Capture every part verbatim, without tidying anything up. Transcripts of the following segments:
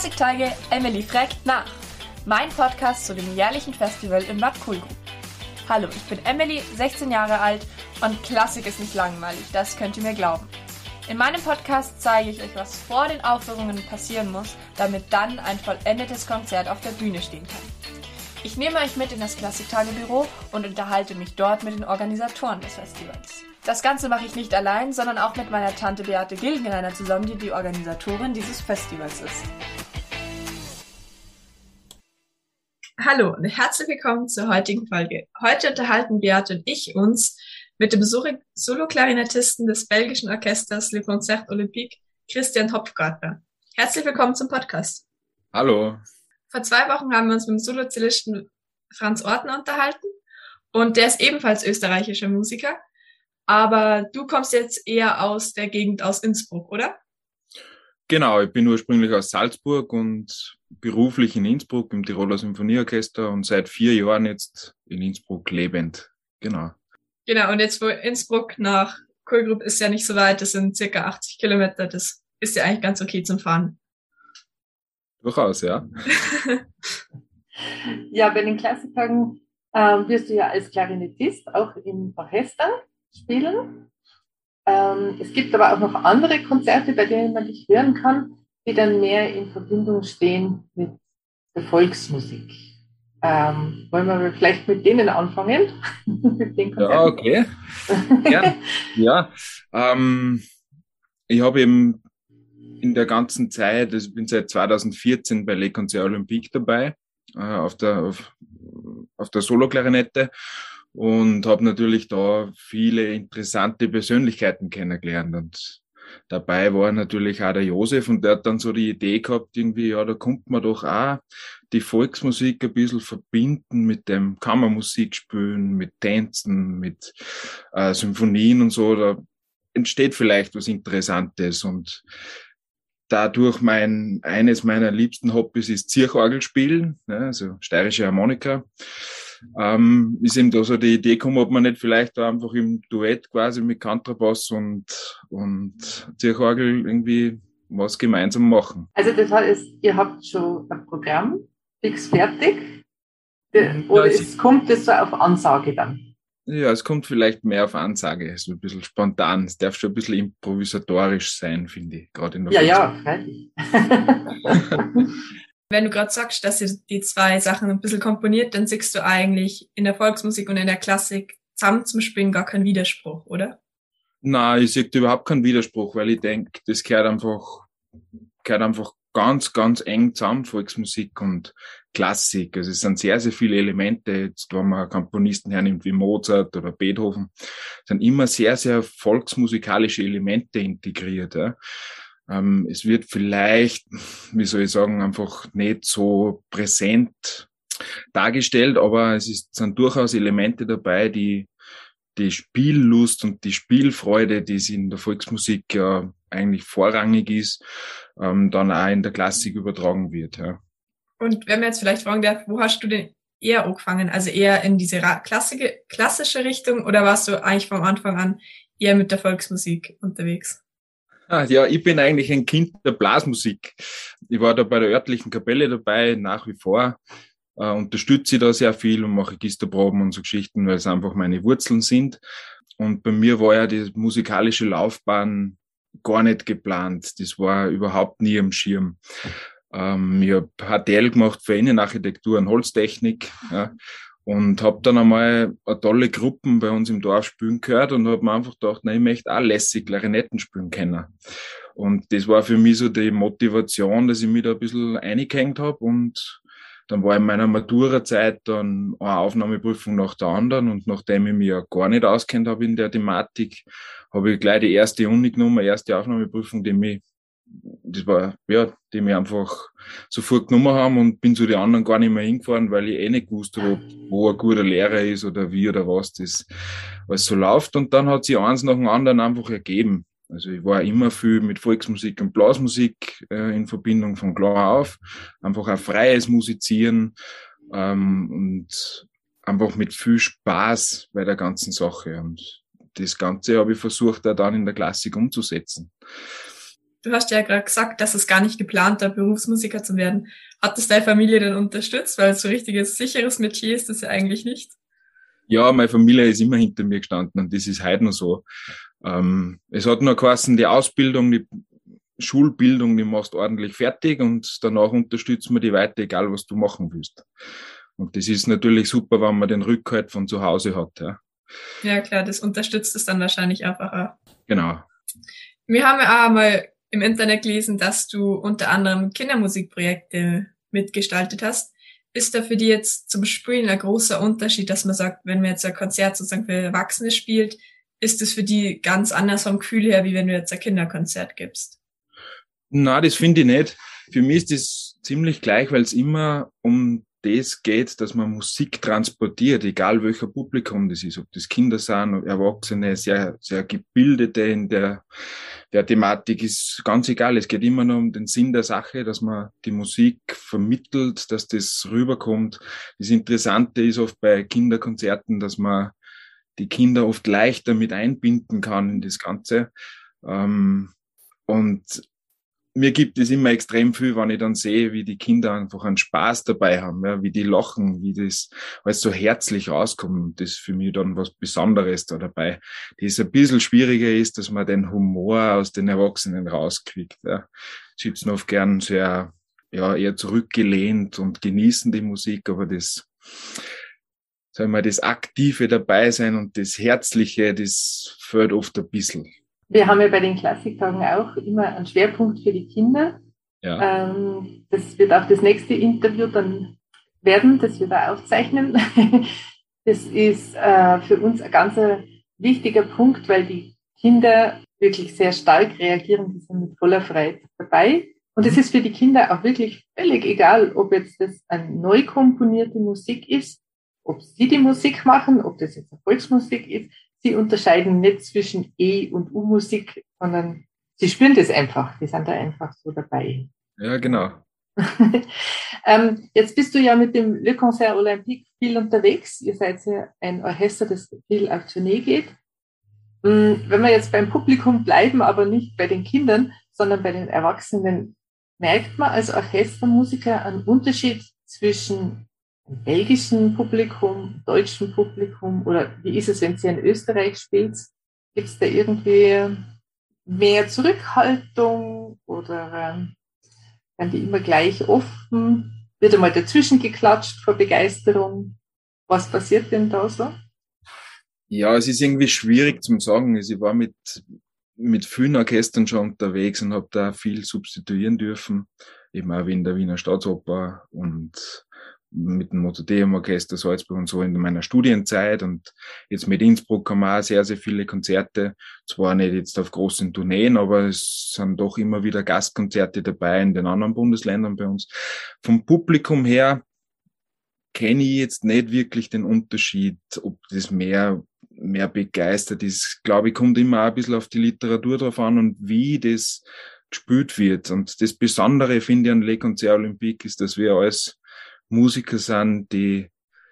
Klassiktage Emily fragt nach. Mein Podcast zu dem jährlichen Festival im Nordkulgru. Hallo, ich bin Emily, sechzehn Jahre alt und Klassik ist nicht langweilig, das könnt ihr mir glauben. In meinem Podcast zeige ich euch, was vor den Aufführungen passieren muss, damit dann ein vollendetes Konzert auf der Bühne stehen kann. Ich nehme euch mit in das Klassiktagebüro und unterhalte mich dort mit den Organisatoren des Festivals. Das Ganze mache ich nicht allein, sondern auch mit meiner Tante Beate Gilgenreiner zusammen, die die Organisatorin dieses Festivals ist. Hallo und herzlich willkommen zur heutigen Folge. Heute unterhalten Beate und ich uns mit dem Solo-Klarinettisten des belgischen Orchesters Le Concert Olympique, Christian Hopfgartner. Herzlich willkommen zum Podcast. Hallo. Vor zwei Wochen haben wir uns mit dem Solozellisten Franz Ortner unterhalten und der ist ebenfalls österreichischer Musiker, aber du kommst jetzt eher aus der Gegend aus Innsbruck, oder? Genau, ich bin ursprünglich aus Salzburg und beruflich in Innsbruck im Tiroler Symphonieorchester und seit vier Jahren jetzt in Innsbruck lebend. Genau. Genau, und jetzt wo Innsbruck nach Kulgrup ist ja nicht so weit, das sind circa achtzig Kilometer, das ist ja eigentlich ganz okay zum Fahren. Durchaus, ja. Ja, bei den Klassiktagen äh, wirst du ja als Klarinettist auch im Orchester spielen. Ähm, es gibt aber auch noch andere Konzerte, bei denen man dich hören kann, die dann mehr in Verbindung stehen mit der Volksmusik. Ähm, wollen wir vielleicht mit denen anfangen? mit den Ja, okay. Ja, ja. Ähm, ich habe eben in der ganzen Zeit, also ich bin seit zweitausendvierzehn bei Le Concert Olympique dabei, äh, auf der, auf, auf der Solo-Klarinette und habe natürlich da viele interessante Persönlichkeiten kennengelernt. Und dabei war natürlich auch der Josef und der hat dann so die Idee gehabt, irgendwie, ja, da kommt man doch auch die Volksmusik ein bisschen verbinden mit dem Kammermusik spielen, mit Tänzen, mit äh, Symphonien und so. Da entsteht vielleicht was Interessantes. Und dadurch mein, eines meiner liebsten Hobbys ist Zirchorgel spielen, ne, also steirische Harmonika. Ähm, ist eben da so die Idee gekommen, ob man nicht vielleicht da einfach im Duett quasi mit Kontrabass und, und Zirchorgel irgendwie was gemeinsam machen. Also das heißt, ihr habt schon ein Programm fix fertig? Oder ja, es kommt das so auf Ansage dann? Ja, es kommt vielleicht mehr auf Ansage, so ein bisschen spontan. Es darf schon ein bisschen improvisatorisch sein, finde ich, gerade in der Ja, Volksmusik. ja, freilich. Wenn du gerade sagst, dass ihr die zwei Sachen ein bisschen komponiert, dann siehst du eigentlich in der Volksmusik und in der Klassik zusammen zum Spielen gar keinen Widerspruch, oder? Nein, ich sehe überhaupt keinen Widerspruch, weil ich denke, das gehört einfach, gehört einfach ganz, ganz eng zusammen, Volksmusik und Klassik. Also es sind sehr, sehr viele Elemente, jetzt wenn man Komponisten hernimmt wie Mozart oder Beethoven, sind immer sehr, sehr volksmusikalische Elemente integriert. Ja. Ähm, es wird vielleicht, wie soll ich sagen, einfach nicht so präsent dargestellt, aber es ist, sind durchaus Elemente dabei, die die Spiellust und die Spielfreude, die es in der Volksmusik ja eigentlich vorrangig ist, ähm, dann auch in der Klassik übertragen wird. Ja. Und wenn man jetzt vielleicht fragen darf, wo hast du denn eher angefangen? Also eher in diese klassische, klassische Richtung oder warst du eigentlich vom Anfang an eher mit der Volksmusik unterwegs? Ah, ja, ich bin eigentlich ein Kind der Blasmusik. Ich war da bei der örtlichen Kapelle dabei, nach wie vor. Äh, unterstütze ich da sehr viel und mache Registerproben und so Geschichten, weil es einfach meine Wurzeln sind. Und bei mir war ja die musikalische Laufbahn gar nicht geplant. Das war überhaupt nie am Schirm. Ähm, ich habe H T L gemacht für Innenarchitektur und Holztechnik, ja, und habe dann einmal eine tolle Gruppen bei uns im Dorf spielen gehört und habe mir einfach gedacht, na, ich möchte auch lässig Klarinetten spielen können. Und das war für mich so die Motivation, dass ich mich da ein bisschen eingehängt habe. Und dann war in meiner Matura-Zeit dann eine Aufnahmeprüfung nach der anderen. Und nachdem ich mich ja gar nicht auskennt habe in der Thematik, habe ich gleich die erste Uni genommen, erste Aufnahmeprüfung, die mich das war, ja, die mich einfach sofort genommen haben und bin zu den anderen gar nicht mehr hingefahren, weil ich eh nicht gewusst habe, wo ein guter Lehrer ist oder wie oder was das alles so läuft. Und dann hat sich eins nach dem anderen einfach ergeben. Also ich war immer viel mit Volksmusik und Blasmusik äh, in Verbindung von klar auf. Einfach ein freies Musizieren ähm, und einfach mit viel Spaß bei der ganzen Sache. Und das Ganze habe ich versucht, auch dann in der Klassik umzusetzen. du hast ja gerade gesagt, dass es gar nicht geplant war, Berufsmusiker zu werden. Hat das deine Familie denn unterstützt? Weil so richtiges, sicheres Metier ist das ja eigentlich nicht. Ja, meine Familie ist immer hinter mir gestanden und das ist heute noch so. Ähm, es hat nur geheißen, die Ausbildung, die Schulbildung, die machst du ordentlich fertig und danach unterstützen wir die weiter, egal was du machen willst. Und das ist natürlich super, wenn man den Rückhalt von zu Hause hat. Ja, ja klar, das unterstützt es dann wahrscheinlich einfach auch. Genau. Wir haben ja auch mal im Internet gelesen, dass du unter anderem Kindermusikprojekte mitgestaltet hast. Ist da für dich jetzt zum Spielen ein großer Unterschied, dass man sagt, wenn man jetzt ein Konzert sozusagen für Erwachsene spielt, ist es für die ganz anders vom Gefühl her, wie wenn du jetzt ein Kinderkonzert gibst? Na, das finde ich nicht. Für mich ist das ziemlich gleich, weil es immer um das geht, dass man Musik transportiert, egal welcher Publikum das ist, ob das Kinder sind, Erwachsene, sehr, sehr Gebildete in der, der Thematik, ist ganz egal. Es geht immer nur um den Sinn der Sache, dass man die Musik vermittelt, dass das rüberkommt. Das Interessante ist oft bei Kinderkonzerten, dass man die Kinder oft leichter mit einbinden kann in das Ganze. Und mir gibt es immer extrem viel, wenn ich dann sehe, wie die Kinder einfach einen Spaß dabei haben, ja, wie die lachen, wie das alles so herzlich rauskommt. Das ist für mich dann was Besonderes da dabei. Das ein bisschen schwieriger ist, dass man den Humor aus den Erwachsenen rauskriegt. Ja. Sie sitzen oft gern sehr, ja, eher zurückgelehnt und genießen die Musik, aber das, sagen wir, das aktive Dabeisein und das Herzliche, das fehlt oft ein bisschen. Wir haben ja bei den Klassiktagen auch immer einen Schwerpunkt für die Kinder. Ja. Ähm, das wird auch das nächste Interview dann werden, das wir da aufzeichnen. Das ist äh, für uns ein ganz wichtiger Punkt, weil die Kinder wirklich sehr stark reagieren, die sind mit voller Freude dabei. Und es ist für die Kinder auch wirklich völlig egal, ob jetzt das eine neu komponierte Musik ist, ob sie die Musik machen, ob das jetzt eine Volksmusik ist. Sie unterscheiden nicht zwischen E- und U-Musik, sondern sie spüren das einfach. Die sind da einfach so dabei. Ja, genau. ähm, jetzt bist du ja mit dem Le Concert Olympique viel unterwegs. Ihr seid ja ein Orchester, das viel auf Tournee geht. Wenn wir jetzt beim Publikum bleiben, aber nicht bei den Kindern, sondern bei den Erwachsenen, merkt man als Orchestermusiker einen Unterschied zwischen dem belgischen Publikum, deutschen Publikum, oder wie ist es, wenn Sie in Österreich spielt? Gibt es da irgendwie mehr Zurückhaltung oder ähm, werden die immer gleich offen? Wird einmal dazwischen geklatscht vor Begeisterung? Was passiert denn da so? Ja, es ist irgendwie schwierig zu sagen. Ich war mit, mit vielen Orchestern schon unterwegs und habe da viel substituieren dürfen. Eben auch wie in der Wiener Staatsoper und mit dem Mozarteum-Orchester Salzburg und so in meiner Studienzeit, und jetzt mit Innsbruck haben wir auch sehr, sehr viele Konzerte, zwar nicht jetzt auf großen Tourneen, aber es sind doch immer wieder Gastkonzerte dabei in den anderen Bundesländern bei uns. Vom Publikum her kenne ich jetzt nicht wirklich den Unterschied, ob das mehr, mehr begeistert ist. Glaube ich, kommt immer auch ein bisschen auf die Literatur drauf an und wie das gespielt wird. Und das Besondere, finde ich, an Le Concert Olympique ist, dass wir als Musiker sind, die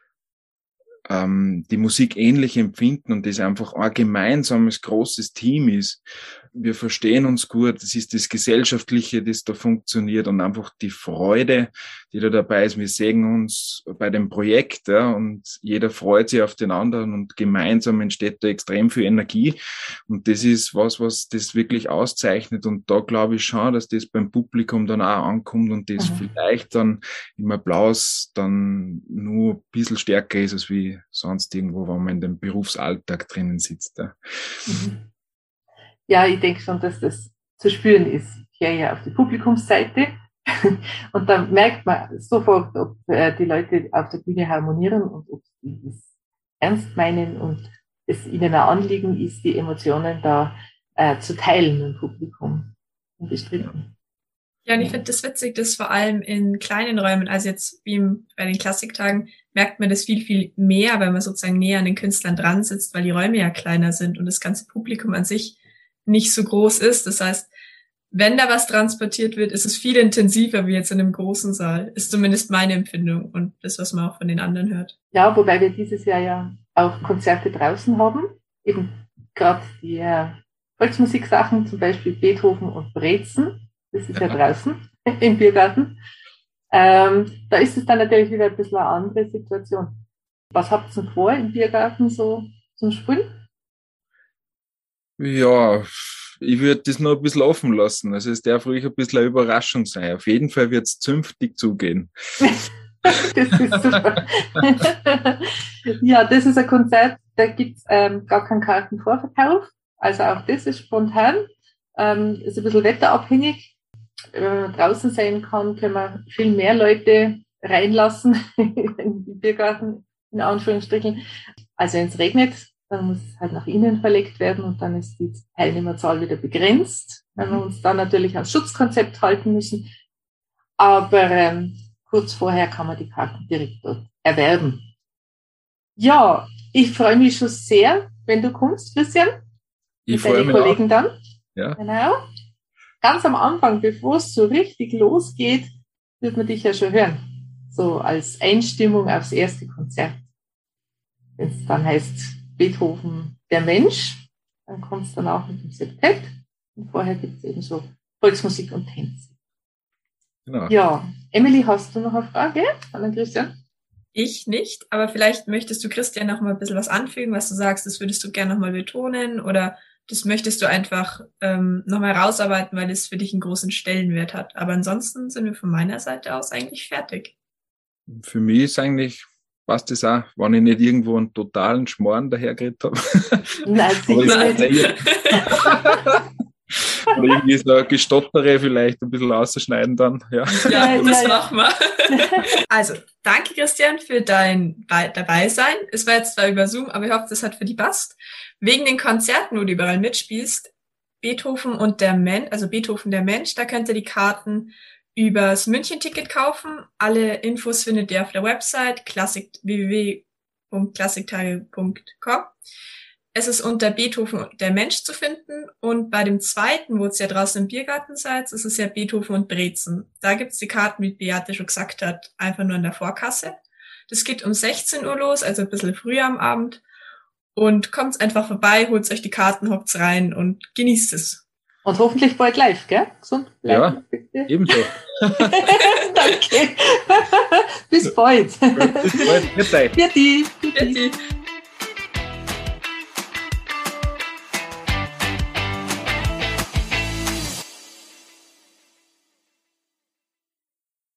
ähm, die Musik ähnlich empfinden und das einfach ein gemeinsames, großes Team ist. Wir verstehen uns gut, das ist das Gesellschaftliche, das da funktioniert, und einfach die Freude, die da dabei ist. Wir sehen uns bei dem Projekt, ja, und jeder freut sich auf den anderen und gemeinsam entsteht da extrem viel Energie, und das ist was, was das wirklich auszeichnet, und da glaube ich schon, dass das beim Publikum dann auch ankommt und das mhm. vielleicht dann im Applaus dann nur ein bisschen stärker ist, als wie sonst irgendwo, wenn man in dem Berufsalltag drinnen sitzt. Ja. Mhm. Ja, ich denke schon, dass das zu spüren ist. Ich gehe ja auf die Publikumsseite und da merkt man sofort, ob äh, die Leute auf der Bühne harmonieren und ob sie das ernst meinen und es ihnen ein Anliegen ist, die Emotionen da äh, zu teilen im Publikum. Unbestritten. Ja, und ich finde das witzig, dass vor allem in kleinen Räumen, also jetzt wie im, bei den Klassiktagen, merkt man das viel, viel mehr, weil man sozusagen näher an den Künstlern dran sitzt, weil die Räume ja kleiner sind und das ganze Publikum an sich nicht so groß ist. Das heißt, wenn da was transportiert wird, ist es viel intensiver wie jetzt in einem großen Saal. Ist zumindest meine Empfindung und das, was man auch von den anderen hört. Ja, wobei wir dieses Jahr ja auch Konzerte draußen haben. Eben gerade die äh, Volksmusiksachen, zum Beispiel Beethoven und Brezen. Das ist ja draußen im Biergarten. Ähm, da ist es dann natürlich wieder ein bisschen eine andere Situation. Was habt ihr denn vor im Biergarten so zum Spielen? Ja, ich würde das noch ein bisschen offen lassen. Also es darf ruhig ein bisschen eine Überraschung sein. Auf jeden Fall wird es zünftig zugehen. Das ist super. Ja, das ist ein Konzert, da gibt's ähm, gar keinen Kartenvorverkauf. Also auch das ist spontan. Ähm, ist ein bisschen wetterabhängig. Wenn man draußen sein kann, können wir viel mehr Leute reinlassen in den Biergarten, in Anführungsstrichen. Also wenn es regnet, dann muss es halt nach innen verlegt werden und dann ist die Teilnehmerzahl wieder begrenzt, weil wir uns dann natürlich ans Schutzkonzept halten müssen. Aber ähm, kurz vorher kann man die Karten direkt dort erwerben. Ja, ich freue mich schon sehr, wenn du kommst, Christian. Ich mit freue deinen mich Kollegen auch. dann. Ja. Genau. Ganz am Anfang, bevor es so richtig losgeht, wird man dich ja schon hören. So als Einstimmung aufs erste Konzert. Wenn es dann heißt Beethoven, der Mensch, dann kommt es danach mit dem Septett. Und vorher gibt es eben so Volksmusik und Tänze. Genau. Ja, Emily, hast du noch eine Frage an den Christian? Ich nicht, aber vielleicht möchtest du Christian noch mal ein bisschen was anfügen, was du sagst, das würdest du gerne noch mal betonen oder das möchtest du einfach ähm, noch mal rausarbeiten, weil es für dich einen großen Stellenwert hat. Aber ansonsten sind wir von meiner Seite aus eigentlich fertig. Für mich ist eigentlich, passt das auch, wenn ich nicht irgendwo einen totalen Schmarrn dahergeredet habe. Nein, sicher nicht. Oder irgendwie so Gestottere vielleicht ein bisschen ausschneiden dann. Ja, Ja, Ja, das ja, ja. machen wir. Also, danke Christian für dein Be- Dabeisein. Es war jetzt zwar über Zoom, aber ich hoffe, das hat für dich passt. Wegen den Konzerten, wo du überall mitspielst, Beethoven und der Mensch, also Beethoven der Mensch, da könnt ihr die Karten übers München-Ticket kaufen. Alle Infos findet ihr auf der Website klassik w w w punkt klassiktage punkt com. Es ist unter Beethoven und der Mensch zu finden und bei dem zweiten, wo es ja draußen im Biergarten seid, ist es ja Beethoven und Brezen. Da gibt's die Karten, wie Beate schon gesagt hat, einfach nur in der Vorkasse. Das geht um sechzehn Uhr los, also ein bisschen früher am Abend. Und kommt einfach vorbei, holt euch die Karten, hockt's rein und genießt es. Und hoffentlich bald live, gell? Gesund bleiben, Ja. bitte. ebenso. Danke. Bis bald. Bis bald. Bis bald. Vierte. Vierte.